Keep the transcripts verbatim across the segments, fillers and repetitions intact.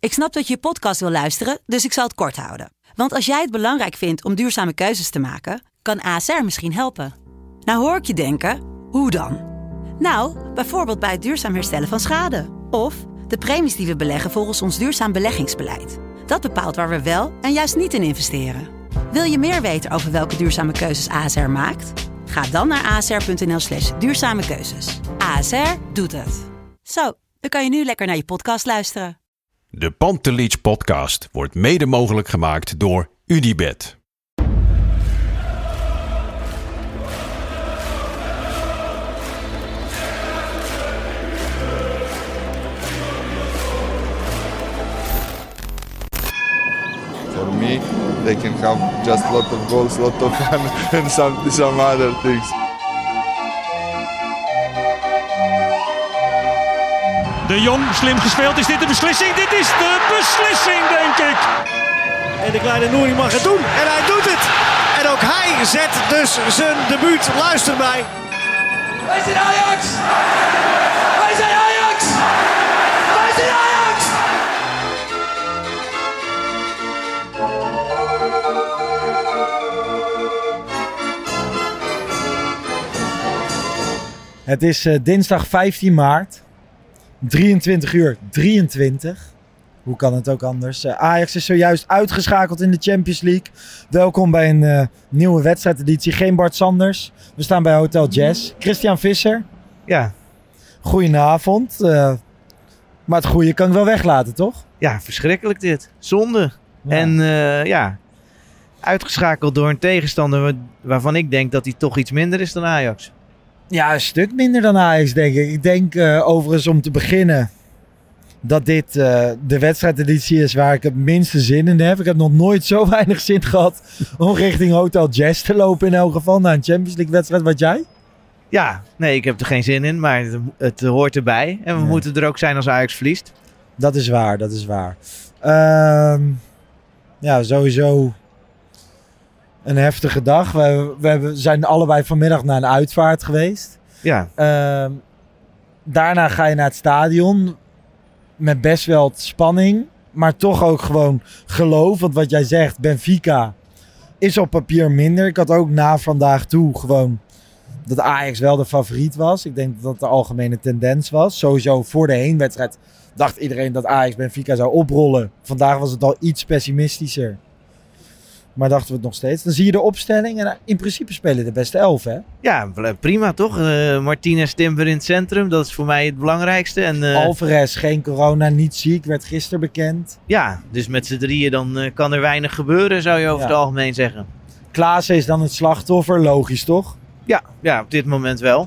Ik snap dat je je podcast wil luisteren, dus ik zal het kort houden. Want als jij het belangrijk vindt om duurzame keuzes te maken, kan A S R misschien helpen. Nou hoor ik je denken, hoe dan? Nou, bijvoorbeeld bij het duurzaam herstellen van schade. Of de premies die we beleggen volgens ons duurzaam beleggingsbeleid. Dat bepaalt waar we wel en juist niet in investeren. Wil je meer weten over welke duurzame keuzes A S R maakt? Ga dan naar asr.nl slash duurzame keuzes. A S R doet het. Zo, dan kan je nu lekker naar je podcast luisteren. De Pantelich podcast wordt mede mogelijk gemaakt door UdiBet. For me, they can have just a lot of goals, a lot of fun and some, some other things. De Jong, slim gespeeld. Is dit de beslissing? Dit is de beslissing, denk ik. En de kleine Nouri mag het doen. En hij doet het. En ook hij zet dus zijn debuut. Luister mij. Wij zijn Ajax! Wij zijn Ajax! Wij zijn Ajax! Het is uh, dinsdag vijftien maart. drieëntwintig uur drieëntwintig. Hoe kan het ook anders? Uh, Ajax is zojuist uitgeschakeld in de Champions League. Welkom bij een uh, nieuwe wedstrijdeditie. Geen Bart Sanders. We staan bij Hotel Jazz. Christian Visser. Ja. Goedenavond. Uh, maar het goede kan ik wel weglaten, toch? Ja, verschrikkelijk dit. Zonde. Ja. En uh, ja, uitgeschakeld door een tegenstander waarvan ik denk dat hij toch iets minder is dan Ajax. Ja, een stuk minder dan Ajax, denk ik. Ik denk uh, overigens om te beginnen dat dit uh, de wedstrijdeditie is waar ik het minste zin in heb. Ik heb nog nooit zo weinig zin gehad om richting Hotel Jazz te lopen in elk geval. Naar een Champions League wedstrijd. Wat jij? Ja, nee, ik heb er geen zin in, maar het, het hoort erbij. En we ja. moeten er ook zijn als Ajax verliest. Dat is waar, dat is waar. Uh, ja, sowieso een heftige dag. We, we zijn allebei vanmiddag naar een uitvaart geweest. Ja. Uh, daarna ga je naar het stadion met best wel spanning, maar toch ook gewoon geloof. Want wat jij zegt, Benfica is op papier minder. Ik had ook na vandaag toe gewoon dat Ajax wel de favoriet was. Ik denk dat dat de algemene tendens was. Sowieso voor de heenwedstrijd dacht iedereen dat Ajax Benfica zou oprollen. Vandaag was het al iets pessimistischer. Maar dachten we het nog steeds. Dan zie je de opstelling en in principe spelen de beste elf, hè? Ja, prima toch? Uh, Martinez, Timber in het centrum. Dat is voor mij het belangrijkste. En, uh, Alvarez, geen corona, niet ziek. Werd gisteren bekend. Ja, dus met z'n drieën dan uh, kan er weinig gebeuren, zou je over ja. het algemeen zeggen. Klaassen is dan het slachtoffer, logisch toch? Ja, ja, op dit moment wel.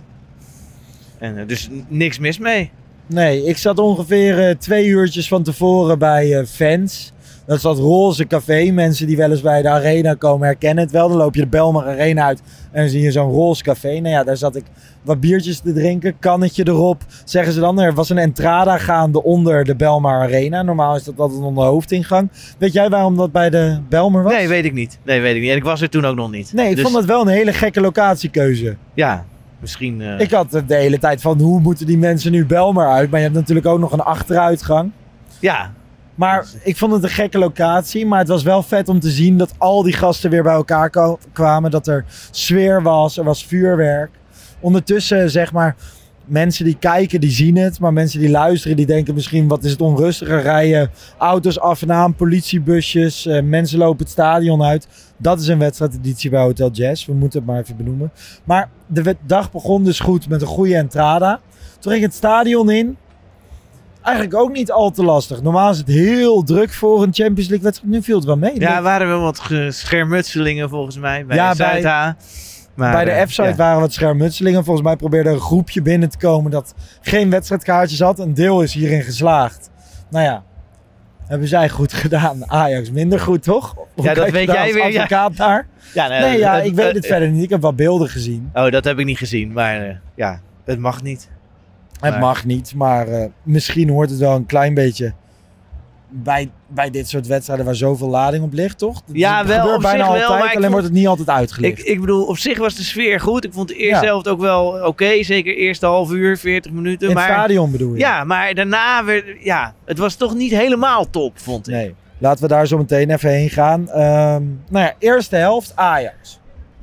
En, uh, dus niks mis mee. Nee, ik zat ongeveer uh, twee uurtjes van tevoren bij uh, fans. Dat is dat roze café. Mensen die wel eens bij de arena komen herkennen het wel. Dan loop je de Belmar Arena uit en dan zie je zo'n roze café. Nou ja, daar zat ik wat biertjes te drinken. Kannetje erop. Zeggen ze dan, er was een entrada gaande onder de Belmar Arena. Normaal is dat altijd onder de hoofdingang. Weet jij waarom dat bij de Belmar was? Nee, weet ik niet. Nee, weet ik niet. En ik was er toen ook nog niet. Nee, ik dus vond het wel een hele gekke locatiekeuze. Ja, misschien... Uh... Ik had de hele tijd van, hoe moeten die mensen nu Belmar uit? Maar je hebt natuurlijk ook nog een achteruitgang. Ja. Maar ik vond het een gekke locatie. Maar het was wel vet om te zien dat al die gasten weer bij elkaar ko- kwamen. Dat er sfeer was, er was vuurwerk. Ondertussen, zeg maar, mensen die kijken, die zien het. Maar mensen die luisteren, die denken misschien, wat is het onrustiger. Rijden auto's af en aan, politiebusjes. Uh, mensen lopen het stadion uit. Dat is een wedstrijdeditie bij Hotel Jazz. We moeten het maar even benoemen. Maar de dag begon dus goed met een goede entrada. Toen ging het stadion in. Eigenlijk ook niet al te lastig. Normaal is het heel druk voor een Champions League wedstrijd. Nu viel het wel mee. Ja, er waren wel wat schermutselingen volgens mij bij ja, Zuid-A. Maar, bij de F-site ja. waren wat schermutselingen. Volgens mij probeerde een groepje binnen te komen dat geen wedstrijdkaartjes had. Een deel is hierin geslaagd. Nou ja, hebben zij goed gedaan. Ajax minder goed, toch? Hoe ja, dat weet jij weer. Advocaat Ja. daar? Ja, nee, nee, ja, uh, ik weet het uh, verder niet. Ik heb wel beelden gezien. Oh, dat heb ik niet gezien. Maar uh, ja, het mag niet. Het maar... mag niet, maar uh, misschien hoort het wel een klein beetje bij, bij dit soort wedstrijden waar zoveel lading op ligt, toch? Dat Ja, het wel, gebeurt op bijna zich wel, altijd, maar ik alleen vond- wordt het niet altijd uitgelicht. Ik, ik bedoel, op zich was de sfeer goed. Ik vond de eerste Ja. helft ook wel oké. Okay. Zeker eerste half uur, veertig minuten. In maar, het stadion bedoel je? Ja, maar daarna werd... Ja, het was toch niet helemaal top, vond ik. Nee. Laten we daar zo meteen even heen gaan. Um, nou ja, eerste helft Ajax.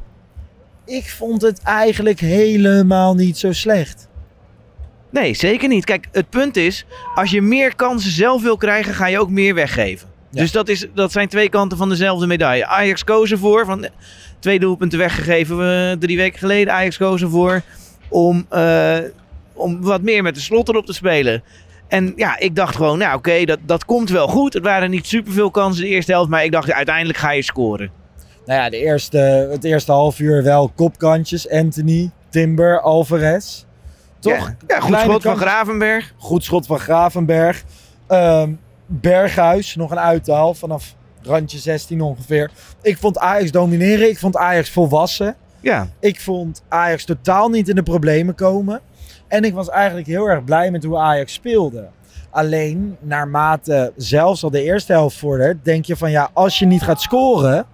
Ik vond het eigenlijk helemaal niet zo slecht. Nee, zeker niet. Kijk, het punt is, als je meer kansen zelf wil krijgen, ga je ook meer weggeven. Ja. Dus dat, is, dat zijn twee kanten van dezelfde medaille. Ajax koos ervoor, van twee doelpunten weggegeven uh, drie weken geleden. Ajax koos ervoor om, uh, om wat meer met de slot erop te spelen. En ja, ik dacht gewoon, nou oké, okay, dat, dat komt wel goed. Het waren niet superveel kansen in de eerste helft, maar ik dacht, uiteindelijk ga je scoren. Nou ja, de eerste, het eerste half uur wel kopkantjes. Anthony, Timber, Alvarez. Toch? Ja, ja, goed Kleine schot van kans- Gravenberg. Goed schot van Gravenberg. Um, Berghuis, nog een uithaal vanaf randje zestien ongeveer. Ik vond Ajax domineren. Ik vond Ajax volwassen. Ja. Ik vond Ajax totaal niet in de problemen komen. En ik was eigenlijk heel erg blij met hoe Ajax speelde. Alleen, naarmate zelfs al de eerste helft vordert, denk je van ja, als je niet gaat scoren,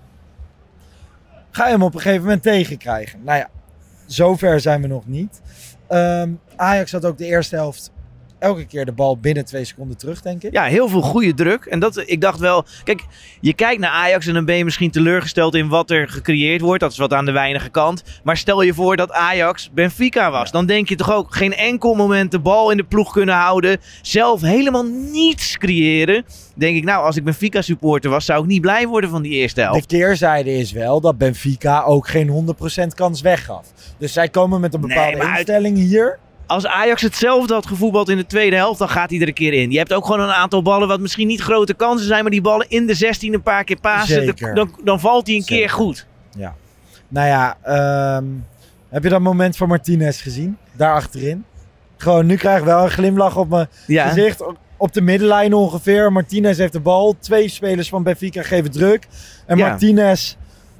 ga je hem op een gegeven moment tegenkrijgen. Nou ja, zover zijn we nog niet. Um, Ajax had ook de eerste helft elke keer de bal binnen twee seconden terug, denk ik. Ja, heel veel goede druk. En dat, ik dacht wel... Kijk, je kijkt naar Ajax en dan ben je misschien teleurgesteld in wat er gecreëerd wordt. Dat is wat aan de weinige kant. Maar stel je voor dat Ajax Benfica was. Dan denk je toch ook geen enkel moment de bal in de ploeg kunnen houden. Zelf helemaal niets creëren. Denk ik, nou, als ik Benfica supporter was, zou ik niet blij worden van die eerste helft. De keerzijde is wel dat Benfica ook geen honderd procent kans weggaf. Dus zij komen met een bepaalde Nee, maar uit- instelling hier. Als Ajax hetzelfde had gevoetbald in de tweede helft, dan gaat hij er een keer in. Je hebt ook gewoon een aantal ballen wat misschien niet grote kansen zijn, maar die ballen in de zestien een paar keer pasen, Zeker. dan, dan valt hij een Zeker. keer goed. Ja. Nou ja, um, heb je dat moment van Martinez gezien? Daar achterin. Gewoon, nu krijg ik wel een glimlach op mijn Ja. gezicht. Op de middenlijn ongeveer. Martinez heeft de bal. Twee spelers van Benfica geven druk. En Ja. Martinez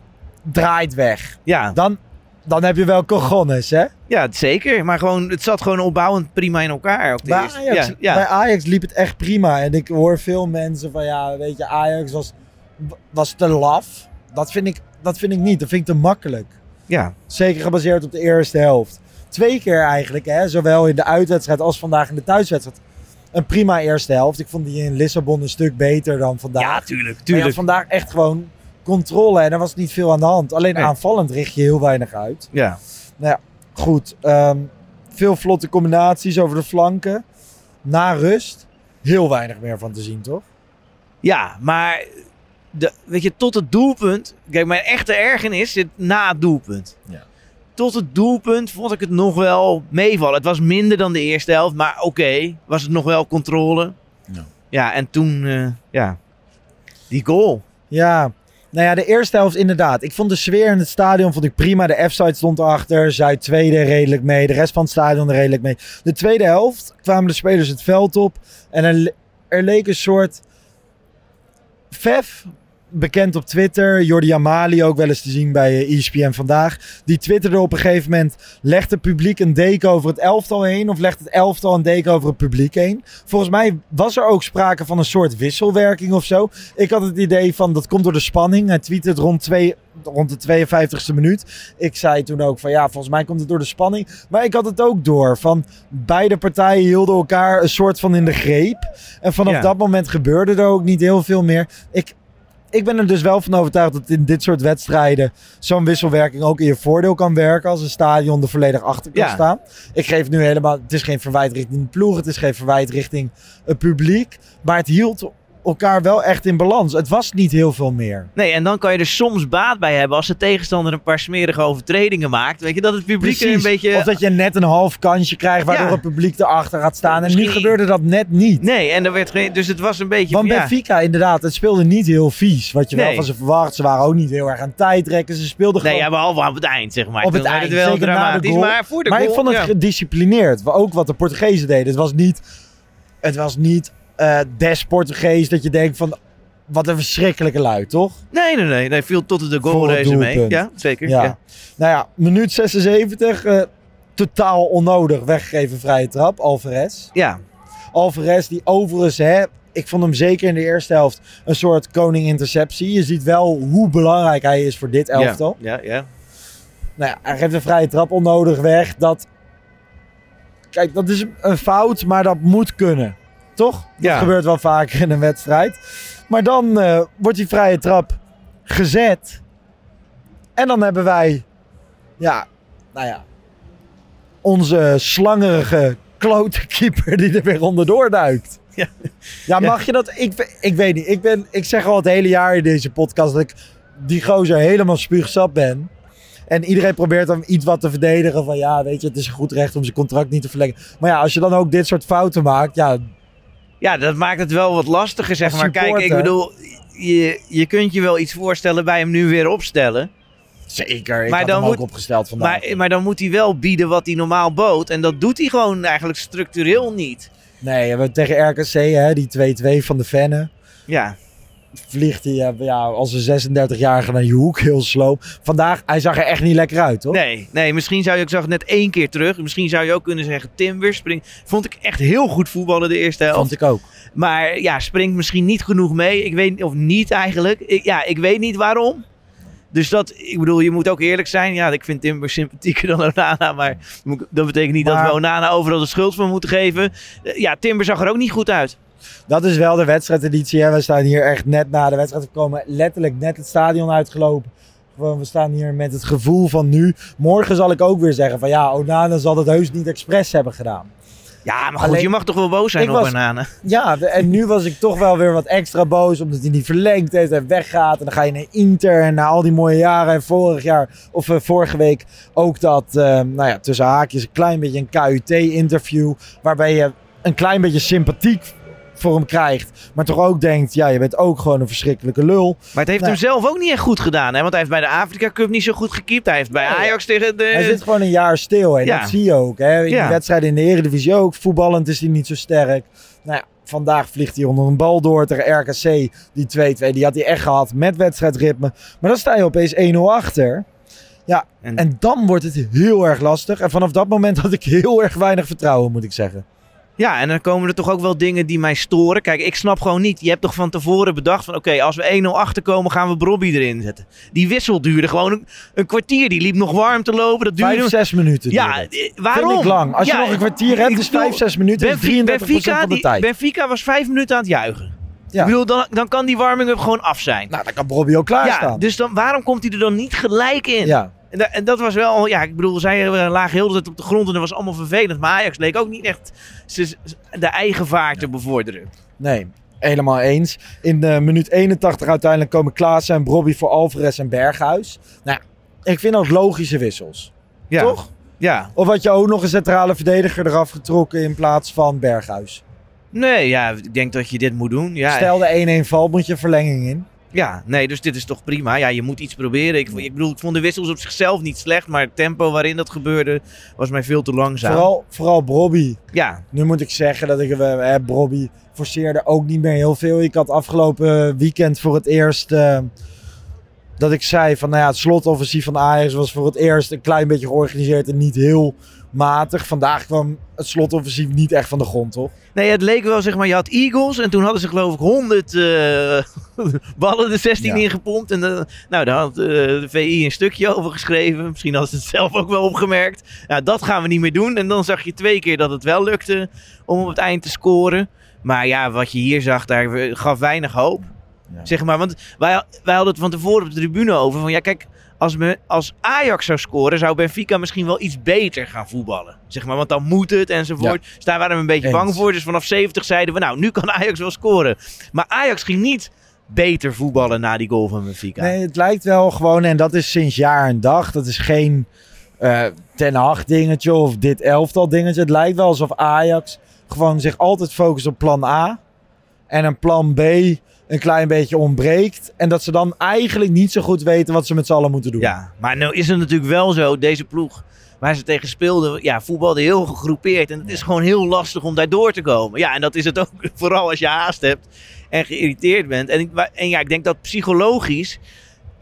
draait weg. Ja. Dan, dan heb je wel cojones, hè? Ja, zeker. Maar gewoon, het zat gewoon opbouwend prima in elkaar. Ook de Bij eerste- Ajax, ja, ja. bij Ajax liep het echt prima. En ik hoor veel mensen van, ja, weet je, Ajax was, was te laf. Dat vind, ik, dat vind ik niet. Dat vind ik te makkelijk. ja. Zeker gebaseerd op de eerste helft. Twee keer eigenlijk, hè? Zowel in de uitwedstrijd als vandaag in de thuiswedstrijd. Een prima eerste helft. Ik vond die in Lissabon een stuk beter dan vandaag. Ja, tuurlijk. Maar tuurlijk. ja, vandaag echt gewoon controle en er was niet veel aan de hand. Alleen Nee. aanvallend richt je heel weinig uit. Ja. Nou ja, goed. Um, veel vlotte combinaties over de flanken. Na rust. Heel weinig meer van te zien, toch? ja, maar de, weet je, tot het doelpunt... Kijk, mijn echte ergernis zit na het doelpunt. Ja. Tot het doelpunt vond ik het nog wel meevallen. Het was minder dan de eerste helft, maar oké. Okay, was het nog wel controle. Ja. Ja, en toen, uh, ja, die goal. Ja, nou ja, de eerste helft inderdaad. Ik vond de sfeer in het stadion vond ik prima. De F-side stond erachter. Zuid tweede redelijk mee. De rest van het stadion er redelijk mee. De tweede helft kwamen de spelers het veld op. En er, le- er leek een soort... Vef, bekend op Twitter. Jordi Amali, ook wel eens te zien bij E S P N Vandaag. Die twitterde op een gegeven moment... Legt het publiek een deken over het elftal heen? Of legt het elftal een deken over het publiek heen? Volgens mij was er ook sprake van een soort wisselwerking of zo. Ik had het idee van, dat komt door de spanning. Hij tweette het rond, twee, rond de tweeënvijftigste minuut. Ik zei toen ook van, ja, volgens mij komt het door de spanning. Maar ik had het ook door. Van, beide partijen hielden elkaar een soort van in de greep. En vanaf Ja. dat moment gebeurde er ook niet heel veel meer. Ik... Ik ben er dus wel van overtuigd dat in dit soort wedstrijden zo'n wisselwerking ook in je voordeel kan werken als een stadion er volledig achter kan Ja. staan. Ik geef nu helemaal, het is geen verwijt richting de ploeg, het is geen verwijt richting het publiek, maar het hield elkaar wel echt in balans. Het was niet heel veel meer. Nee, en dan kan je er soms baat bij hebben als de tegenstander een paar smerige overtredingen maakt. Weet je, dat het publiek er een beetje... Of dat je net een half kansje krijgt waardoor Ja. het publiek erachter gaat staan. En nu Misschien- gebeurde dat net niet. Nee, en er werd geen... Dus het was een beetje... Want ja. Benfica inderdaad, het speelde niet heel vies. Wat je wel Nee. van ze verwacht. Ze waren ook niet heel erg aan tijd trekken. Ze speelden Nee, gewoon... ja, behalve op het eind, zeg maar. Op het Toen werd eind, het wel zeker na de dramatisch, goal. maar voor de maar goal... ik vond het ja. gedisciplineerd. Ook wat de Portugezen deden. Het was niet, het was niet uh, des Portugees dat je denkt van... Wat een verschrikkelijke lui, toch? Nee, nee, nee. Nee, viel tot de Voor goal het deze mee. doelpunt. Ja, zeker. Ja. Ja. Nou ja, minuut zesenzeventig. Uh, totaal onnodig weggegeven vrije trap. Alvarez. ja. Alvarez die overigens hè, ik vond hem zeker in de eerste helft een soort koning interceptie. Je ziet wel hoe belangrijk hij is voor dit elftal. Ja, ja, ja. Nou ja, hij geeft een vrije trap onnodig weg. Dat, kijk, dat is een fout, maar dat moet kunnen. Toch? Dat Ja. gebeurt wel vaker in een wedstrijd. Maar dan uh, wordt die vrije trap gezet. En dan hebben wij, ja, nou ja, onze slangerige klote keeper die er weer onderdoor duikt. Ja. Ja, mag je dat? Ik, ik weet niet. Ik, ben, ik zeg al het hele jaar in deze podcast dat ik die gozer helemaal spuugzat ben. En iedereen probeert hem iets wat te verdedigen. Van ja, weet je, het is een goed recht om zijn contract niet te verlengen. Maar ja, als je dan ook dit soort fouten maakt, ja... Ja, dat maakt het wel wat lastiger, zeg Als maar. Kijk, ik supporter. bedoel, je, je kunt je wel iets voorstellen bij hem nu weer opstellen. Zeker, ik Maar had dan hem ook moet- opgesteld vandaag. Maar, maar dan moet hij wel bieden wat hij normaal bood. En dat doet hij gewoon eigenlijk structureel niet. Nee, we hebben tegen R K C, hè, die twee-twee van de Venne. Ja, Vliegt hij eh, ja, als een zesendertig-jarige naar je hoek, heel slow. Vandaag, hij zag er echt niet lekker uit, toch? nee, nee, misschien zou je, ik zag het net één keer terug. Misschien zou je ook kunnen zeggen, Timber springt. Vond ik echt heel goed voetballen de eerste helft. Vond ik ook. Maar ja, springt misschien niet genoeg mee. Ik weet, of niet eigenlijk. Ik, ja, ik weet niet waarom. Dus dat, ik bedoel, je moet ook eerlijk zijn. Ja, ik vind Timber sympathieker dan Onana. Maar dat betekent niet Maar- dat we Onana overal de schuld van moeten geven. Ja, Timber zag er ook niet goed uit. Dat is wel de wedstrijdeditie. Hè. We staan hier echt net na de wedstrijd. We komen letterlijk net het stadion uitgelopen. Gewoon, we staan hier met het gevoel van nu. Morgen zal ik ook weer zeggen van ja, Onana zal het heus niet expres hebben gedaan. Ja, maar goed, Alleen- je mag toch wel boos zijn Ik op was- Onana. Ja, de- en nu was ik toch wel weer wat extra boos. Omdat hij niet verlengd heeft en weggaat. En dan ga je naar Inter en na al die mooie jaren. En vorig jaar, of uh, vorige week ook dat, uh, nou ja, tussen haakjes een klein beetje een K U T-interview. Waarbij je een klein beetje sympathiek voor hem krijgt. Maar toch ook denkt, ja, je bent ook gewoon een verschrikkelijke lul. Maar het heeft Nee. hem zelf ook niet echt goed gedaan. Hè? Want hij heeft bij de Afrika Cup niet zo goed gekiept. Hij heeft bij Nee. Ajax tegen de... Hij zit gewoon een jaar stil. En Ja. dat zie je ook. Hè? In Ja. die wedstrijden in de Eredivisie ook. Voetballend is hij niet zo sterk. Nou ja, vandaag vliegt hij onder een bal door tegen R K C. Die twee-twee, die had hij echt gehad met wedstrijdritme. Maar dan sta je opeens één nul achter. Ja, En- en dan wordt het heel erg lastig. En vanaf dat moment had ik heel erg weinig vertrouwen, moet ik zeggen. Ja, en dan komen er toch ook wel dingen die mij storen. Kijk, ik snap gewoon niet. Je hebt toch van tevoren bedacht van... Oké, als we één nul achterkomen, gaan we Brobby erin zetten. Die wissel duurde gewoon een, een kwartier. Die liep nog warm te lopen. Dat duurde... Vijf, zes minuten. ja, duurt het. eh, waarom? Vind ik lang. Als Ja, je nog een kwartier hebt, ik is bedoel, vijf, zes minuten. is Benfica, drieëndertig procent Benfica, van de die, tijd. Benfica was vijf minuten aan het juichen. Ja. Ik bedoel, dan, dan kan die warming-up gewoon af zijn. Nou, dan kan Brobby ook klaarstaan. Ja, dus dan, waarom komt hij er dan niet gelijk in? Ja. En, da- en dat was wel, ja, ik bedoel, zij uh, lagen heel de tijd op de grond en dat was allemaal vervelend. Maar Ajax leek ook niet echt ze- ze- de eigen vaart te bevorderen. Nee, helemaal eens. In de minuut eenentachtig uiteindelijk komen Klaassen en Brobby voor Alvarez en Berghuis. Nou, ik vind dat logische wissels. Ja. Toch? Ja. Of had je ook nog een centrale verdediger eraf getrokken in plaats van Berghuis? Nee, ja, ik denk dat je dit moet doen. Ja, Stel de één-één valt, moet je verlenging in. ja, nee, dus dit is toch prima. Ja, je moet iets proberen. Ik, ik bedoel, ik vond de wissels op zichzelf niet slecht, maar het tempo waarin dat gebeurde was mij veel te langzaam. Vooral, vooral Brobby. Ja, Nu moet ik zeggen dat ik, eh, Brobby forceerde ook niet meer heel veel. Ik had afgelopen weekend voor het eerst eh, dat ik zei van, nou ja, het slotoffensief van Ajax was voor het eerst een klein beetje georganiseerd en niet heel matig. Vandaag kwam het slotoffensief niet echt van de grond, toch? nee, het leek wel, zeg maar, je had Eagles en toen hadden ze geloof ik honderd uh, ballen de zestien Ja. ingepompt. En uh, nou, daar had uh, de V I een stukje over geschreven. Misschien hadden ze het zelf ook wel opgemerkt. Nou, dat gaan we niet meer doen. En dan zag je twee keer dat het wel lukte om op het eind te scoren. Maar ja, wat je hier zag, daar gaf weinig hoop. Ja. Zeg maar, want wij, wij hadden het van tevoren op de tribune over van ja, kijk, als, me, als Ajax zou scoren, zou Benfica misschien wel iets beter gaan voetballen. Zeg maar, want dan moet het enzovoort. Dus daar waren we een beetje Eens. bang voor. Dus vanaf zeventig zeiden we, nou, nu kan Ajax wel scoren. Maar Ajax ging niet beter voetballen na die goal van Benfica. Nee, het lijkt wel gewoon, en dat is sinds jaar en dag. Dat is geen eh Ten Hag dingetje of dit elftal dingetje. Het lijkt wel alsof Ajax gewoon zich altijd focust op plan A. En een plan B een klein beetje ontbreekt. En dat ze dan eigenlijk niet zo goed weten wat ze met z'n allen moeten doen. Ja, maar nou is het natuurlijk wel zo, deze ploeg waar ze tegen speelden, ja, voetbalde heel gegroepeerd. En het is gewoon heel lastig om daar door te komen. Ja, en dat is het ook, vooral als je haast hebt en geïrriteerd bent. En, ik, en ja, ik denk dat psychologisch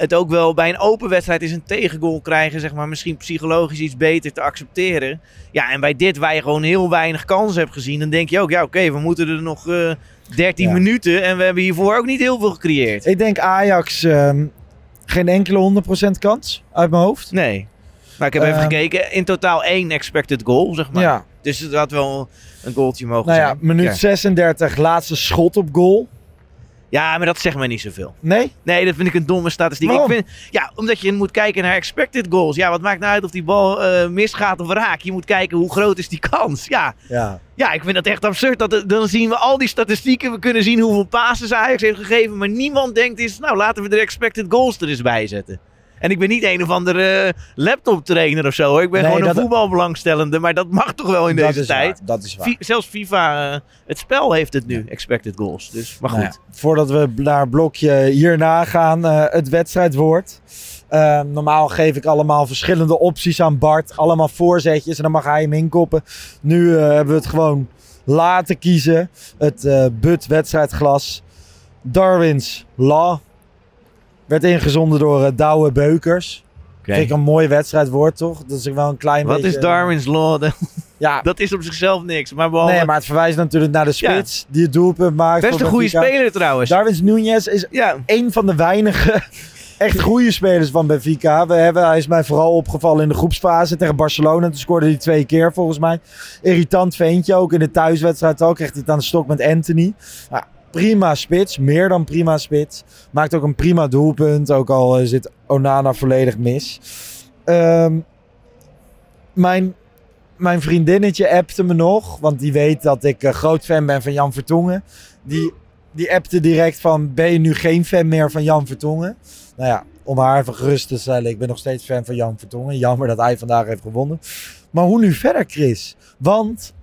het ook wel bij een open wedstrijd is een tegengoal krijgen, zeg maar, misschien psychologisch iets beter te accepteren. Ja, en bij dit, waar je gewoon heel weinig kansen hebt gezien, dan denk je ook, ja oké, okay, we moeten er nog uh, dertien ja. minuten en we hebben hiervoor ook niet heel veel gecreëerd. Ik denk Ajax um, geen enkele honderd procent kans uit mijn hoofd. Nee. Maar ik heb even um, gekeken, in totaal één expected goal, zeg maar. Ja. Dus het had wel een goaltje mogen nou zijn. Ja, minuut ja. zesendertig, laatste schot op goal. Ja, maar dat zegt mij niet zoveel. Nee? Nee, dat vind ik een domme statistiek. Ik vind, ja, omdat je moet kijken naar expected goals. Ja, wat maakt nou uit of die bal uh, misgaat of raakt? Je moet kijken hoe groot is die kans. Ja, ja. ja ik vind dat echt absurd. Dat, dan zien we al die statistieken. We kunnen zien hoeveel passes Ajax heeft gegeven. Maar niemand denkt eens, nou laten we de expected goals er eens bij zetten. En ik ben niet een of andere laptop trainer of zo. Hoor. Ik ben nee, gewoon een voetbalbelangstellende. Maar dat mag toch wel in dat deze tijd. Waar, dat is waar. V- zelfs FIFA, uh, het spel heeft het nu, ja. expected goals. Dus, maar goed. Nou ja, voordat we naar blokje hierna gaan, uh, het wedstrijdwoord. Uh, normaal geef ik allemaal verschillende opties aan Bart. Allemaal voorzetjes en dan mag hij hem inkoppen. Nu uh, hebben we het gewoon laten kiezen. Het uh, Bud wedstrijdglas. Darwin's Law. Werd ingezonden door uh, Douwe Beukers. Okay. Vind ik een mooi wedstrijdwoord, toch? Dat is wel een klein Wat beetje... Wat is Darwin's Law? Ja. Dat is op zichzelf niks. Maar behalve... Nee, maar het verwijst natuurlijk naar de spits ja. die het doelpunt maakt. Best een goede speler trouwens. Darwin Núñez is ja. een van de weinige echt goede spelers van Benfica. We hebben, hij is mij vooral opgevallen in de groepsfase tegen Barcelona. Toen scoorde hij twee keer volgens mij. Irritant ventje, ook in de thuiswedstrijd ook. Kreeg hij het aan de stok met Anthony. Ja. Prima spits, meer dan prima spits. Maakt ook een prima doelpunt, ook al uh, zit Onana volledig mis. Um, mijn, mijn vriendinnetje appte me nog, want die weet dat ik uh, groot fan ben van Jan Vertongen. Die, die appte direct van, ben je nu geen fan meer van Jan Vertongen? Nou ja, om haar even gerust te stellen, ik ben nog steeds fan van Jan Vertongen. Jammer dat hij vandaag heeft gewonnen. Maar hoe nu verder, Chris? Want...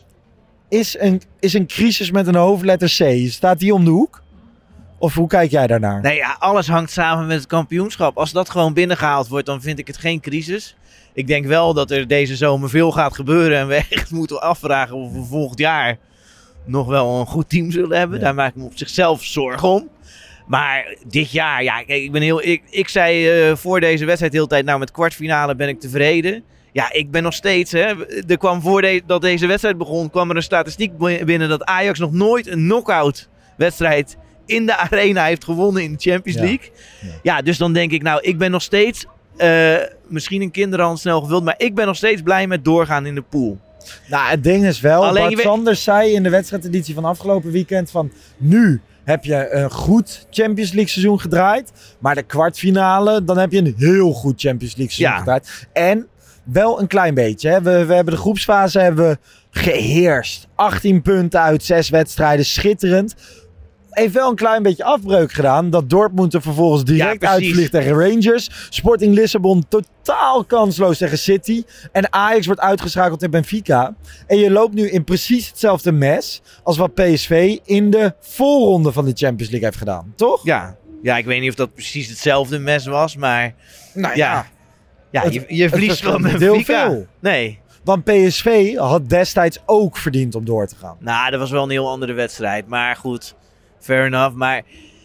Is een, is een crisis met een hoofdletter C, staat die om de hoek? Of hoe kijk jij daarnaar? Nee, ja, alles hangt samen met het kampioenschap. Als dat gewoon binnengehaald wordt, dan vind ik het geen crisis. Ik denk wel dat er deze zomer veel gaat gebeuren. En we echt moeten afvragen of we volgend jaar nog wel een goed team zullen hebben. Ja. Daar maak ik me op zichzelf zorgen om. Maar dit jaar, ja, kijk, ik ben heel. Ik, ik zei uh, voor deze wedstrijd de hele tijd, nou met kwartfinale ben ik tevreden. Ja, ik ben nog steeds, hè, er kwam voor de, dat deze wedstrijd begon, kwam er een statistiek binnen dat Ajax nog nooit een knock-out wedstrijd in de arena heeft gewonnen in de Champions League. Ja, ja. ja dus dan denk ik, nou, ik ben nog steeds, uh, misschien een kinderhand snel gevuld, maar ik ben nog steeds blij met doorgaan in de pool. Nou, het ding is wel, Alleen Bart weet... Sanders zei in de wedstrijdeditie van afgelopen weekend van nu heb je een goed Champions League seizoen gedraaid, maar de kwartfinale, dan heb je een heel goed Champions League seizoen ja. gedraaid. En wel een klein beetje. Hè. We, we hebben de groepsfase hebben we geheerst. achttien punten uit zes wedstrijden. Schitterend. Heeft wel een klein beetje afbreuk gedaan. Dat Dortmund er vervolgens direct ja, uitvliegt tegen Rangers. Sporting Lissabon totaal kansloos tegen City. En Ajax wordt uitgeschakeld tegen Benfica. En je loopt nu in precies hetzelfde mes als wat P S V in de voorronde van de Champions League heeft gedaan. Toch? Ja, ja ik weet niet of dat precies hetzelfde mes was, maar... Nou ja... ja. Ja, het, je, je verliest gewoon met heel veel. Nee. Want P S V had destijds ook verdiend om door te gaan. Nou, dat was wel een heel andere wedstrijd. Maar goed, fair enough. Maar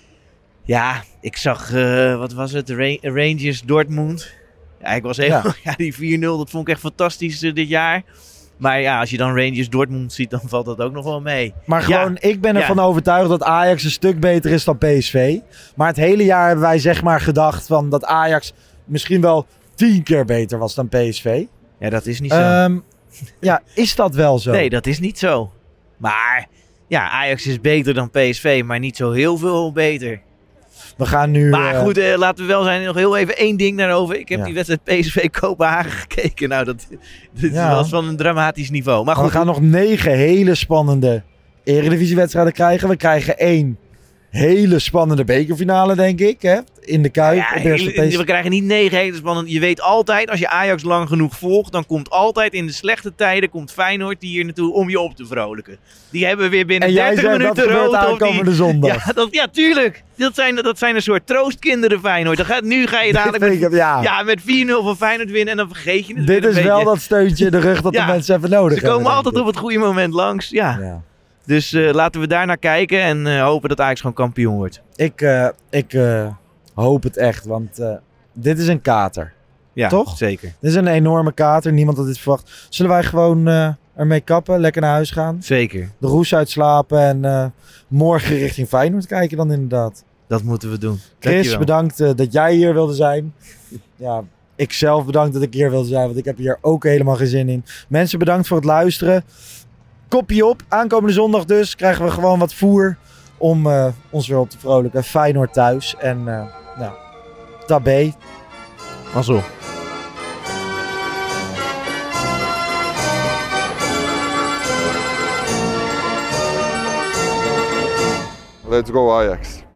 ja, ik zag, uh, wat was het? Ra- Rangers Dortmund. Ja, ik was heel, ja. ja, die vier nul, dat vond ik echt fantastisch uh, dit jaar. Maar ja, als je dan Rangers Dortmund ziet, dan valt dat ook nog wel mee. Maar gewoon, ja. ik ben ervan ja. overtuigd dat Ajax een stuk beter is dan P S V. Maar het hele jaar hebben wij zeg maar gedacht van dat Ajax misschien wel tien keer beter was dan P S V. Ja, dat is niet zo. Um, ja, is dat wel zo? Nee, dat is niet zo. Maar ja, Ajax is beter dan P S V, maar niet zo heel veel beter. We gaan nu... Maar goed, uh, laten we wel zijn. Nog heel even één ding daarover. Ik heb ja. die wedstrijd P S V Kopenhagen gekeken. Nou, dat, dat ja. was van een dramatisch niveau. Maar goed, we gaan nog negen hele spannende Eredivisiewedstrijden krijgen. We krijgen één hele spannende bekerfinale, denk ik. Hè? In de Kuip. Ja, hele, we krijgen niet negen hele spannende. Je weet altijd, als je Ajax lang genoeg volgt, dan komt altijd in de slechte tijden komt Feyenoord hier naartoe om je op te vrolijken. Die hebben weer binnen en dertig minuten rood. En aankomende zondag. Ja, dat, ja, tuurlijk. Dat zijn, dat zijn een soort troostkinderen Feyenoord. Dan gaat, nu ga je dadelijk met, ik, ja. Ja, met vier nul van Feyenoord winnen en dan vergeet je het. Dit is wel dat steuntje in de rug dat ja, de mensen even nodig hebben. Ze komen altijd op het goede moment langs. Ja. ja. Dus uh, laten we daar naar kijken en uh, hopen dat Ajax gewoon kampioen wordt. Ik, uh, ik uh, hoop het echt, want uh, dit is een kater. Ja, toch? Zeker. Dit is een enorme kater, niemand had dit verwacht. Zullen wij gewoon uh, ermee kappen, lekker naar huis gaan? Zeker. De roes uitslapen en uh, morgen richting Feyenoord kijken dan inderdaad. Dat moeten we doen. Chris, Dankjewel. bedankt uh, dat jij hier wilde zijn. Ja, ik zelf bedankt dat ik hier wilde zijn, want ik heb hier ook helemaal geen zin in. Mensen, bedankt voor het luisteren. Kopje op, aankomende zondag dus krijgen we gewoon wat voer om uh, ons weer op te vrolijken. Feyenoord thuis en uh, nou, tabé. Mazzel. Let's go Ajax.